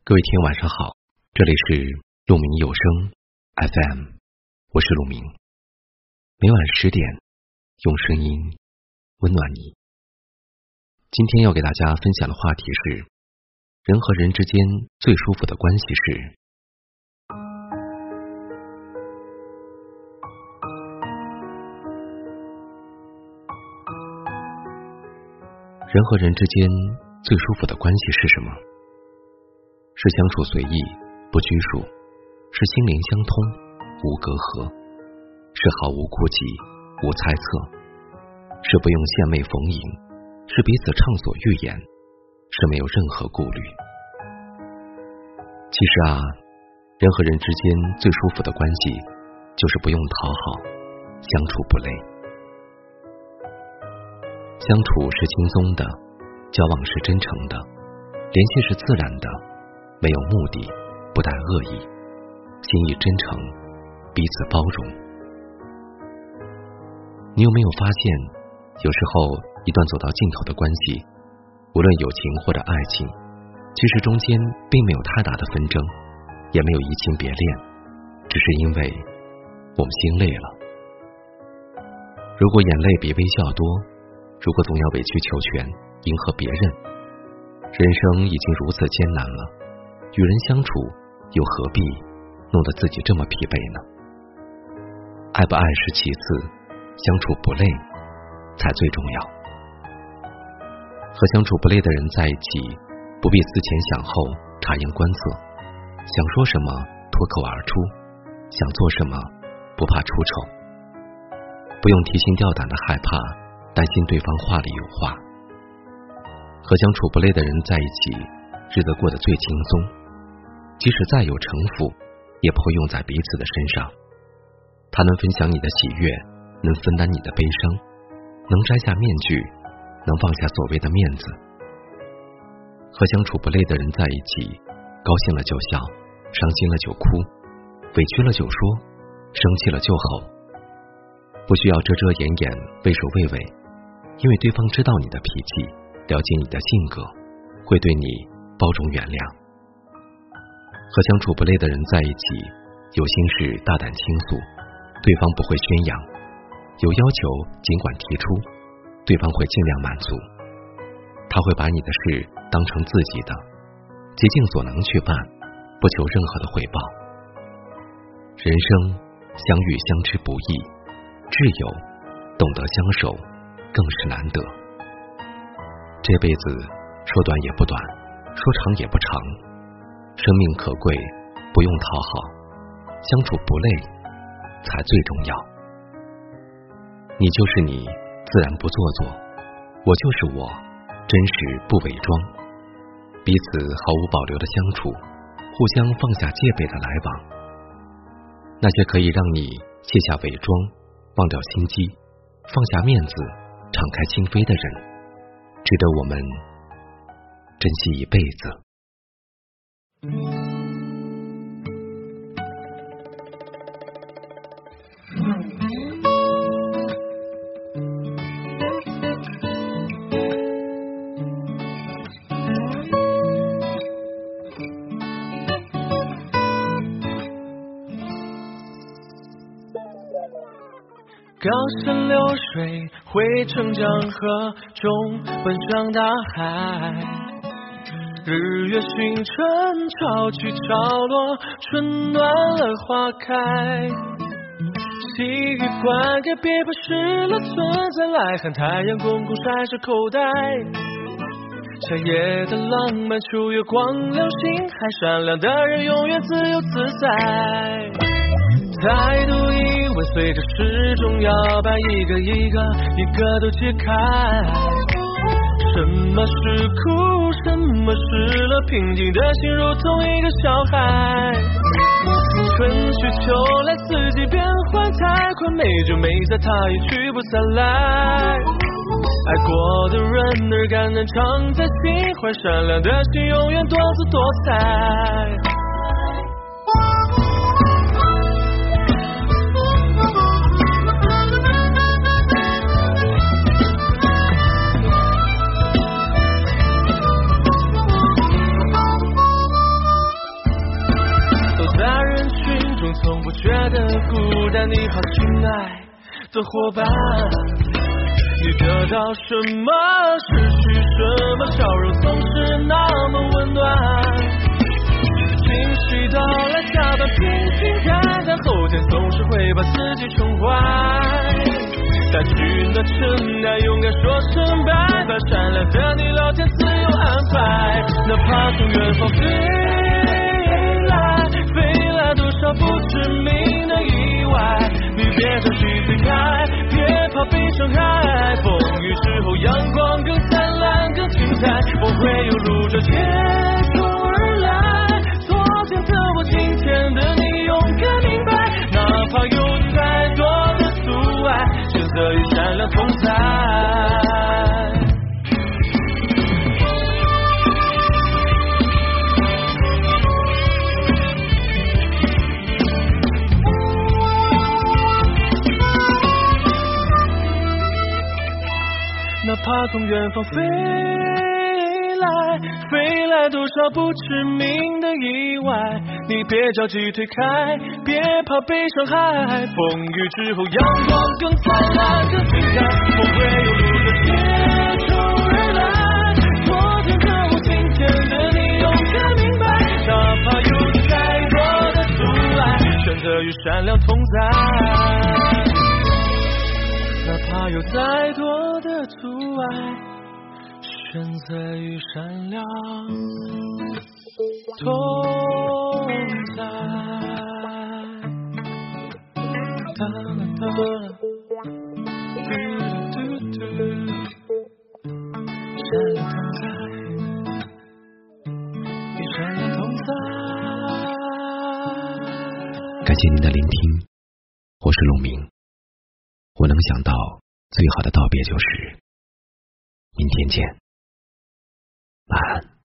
各位听友晚上好，这里是鹿鸣有声 FM， 我是鹿鸣，每晚10点用声音温暖你。今天要给大家分享的话题是，人和人之间最舒服的关系是。人和人之间最舒服的关系是什么？是相处随意，不拘束，是心灵相通，无隔阂，是毫无顾忌，无猜测，是不用献媚逢迎，是彼此畅所欲言，是没有任何顾虑。其实人和人之间最舒服的关系就是不用讨好，相处不累。相处是轻松的，交往是真诚的，联系是自然的，没有目的，不带恶意，心意真诚，彼此包容。你有没有发现，有时候一段走到尽头的关系，无论友情或者爱情，其实中间并没有太大的纷争，也没有移情别恋，只是因为我们心累了。如果眼泪比微笑多，如果总要委曲求全迎合别人，人生已经如此艰难了，与人相处又何必弄得自己这么疲惫呢？爱不爱是其次，相处不累才最重要。和相处不累的人在一起，不必思前想后，察言观色，想说什么脱口而出，想做什么不怕出丑，不用提心吊胆的害怕，担心对方话里有话。和相处不累的人在一起，日子过得最轻松，即使再有城府，也不会用在彼此的身上。他能分享你的喜悦，能分担你的悲伤，能摘下面具，能放下所谓的面子。和相处不累的人在一起，高兴了就笑，伤心了就哭，委屈了就说，生气了就吼，不需要遮遮掩掩，畏首畏尾，因为对方知道你的脾气，了解你的性格，会对你包容原谅。和相处不累的人在一起，有心事大胆倾诉，对方不会宣扬，有要求尽管提出，对方会尽量满足。他会把你的事当成自己的，竭尽所能去办，不求任何的回报。人生相遇相知不易，挚友懂得相守更是难得。这辈子说短也不短，说长也不长，生命可贵，不用讨好，相处不累才最重要。你就是你，自然不做作，我就是我，真实不伪装，彼此毫无保留的相处，互相放下戒备的来往。那些可以让你卸下伪装，忘掉心机，放下面子，敞开心扉的人，值得我们珍惜一辈子。 高山流水汇成江河，中奔向大海。日月星辰潮起潮落，春暖了花开。细雨灌溉，别把失了存在来看，太阳公公晒着口袋。夏夜的浪漫，秋月光亮，心海善良的人永远自由自在。态度以为随着时钟摇摆，一个一个都解开。什么是苦，什么是乐，平静的心如同一个小孩。春去秋来，四季变换太快，没就没在，它一去不再来。爱过的人儿感恩常在心怀，善良的心永远多姿多彩。 不然你好，亲爱的伙伴。你得到什么，失去什么，笑容总是那么温暖。情绪到来，下班平平淡淡，后天总是会把自己宠坏。带去那尘埃，勇敢说声拜拜，善良的你，老天自有安排。哪怕从远方飞来，飞来多少不知名的意外，你别着急推开，别怕被伤害。风雨之后，阳光更灿烂，更精彩。我会有如这接踵而来，昨天的我，今天的你，勇敢明白，哪怕有再多的阻碍，选择与善良同在。哪怕从远方飞来，飞来多少不知名的意外，你别着急推开，别怕被伤害。风雨之后，阳光更灿烂，更精彩。我会有路的接踵而来，昨天的我，今天的你，勇敢明白，哪怕有再多的阻碍，选择与善良同在。哪怕有再多的阻碍，选择与善良同在。善良同在，与善良同在。 感谢您的聆听，我是陆明。我能想到最好的道别就是明天见，晚安。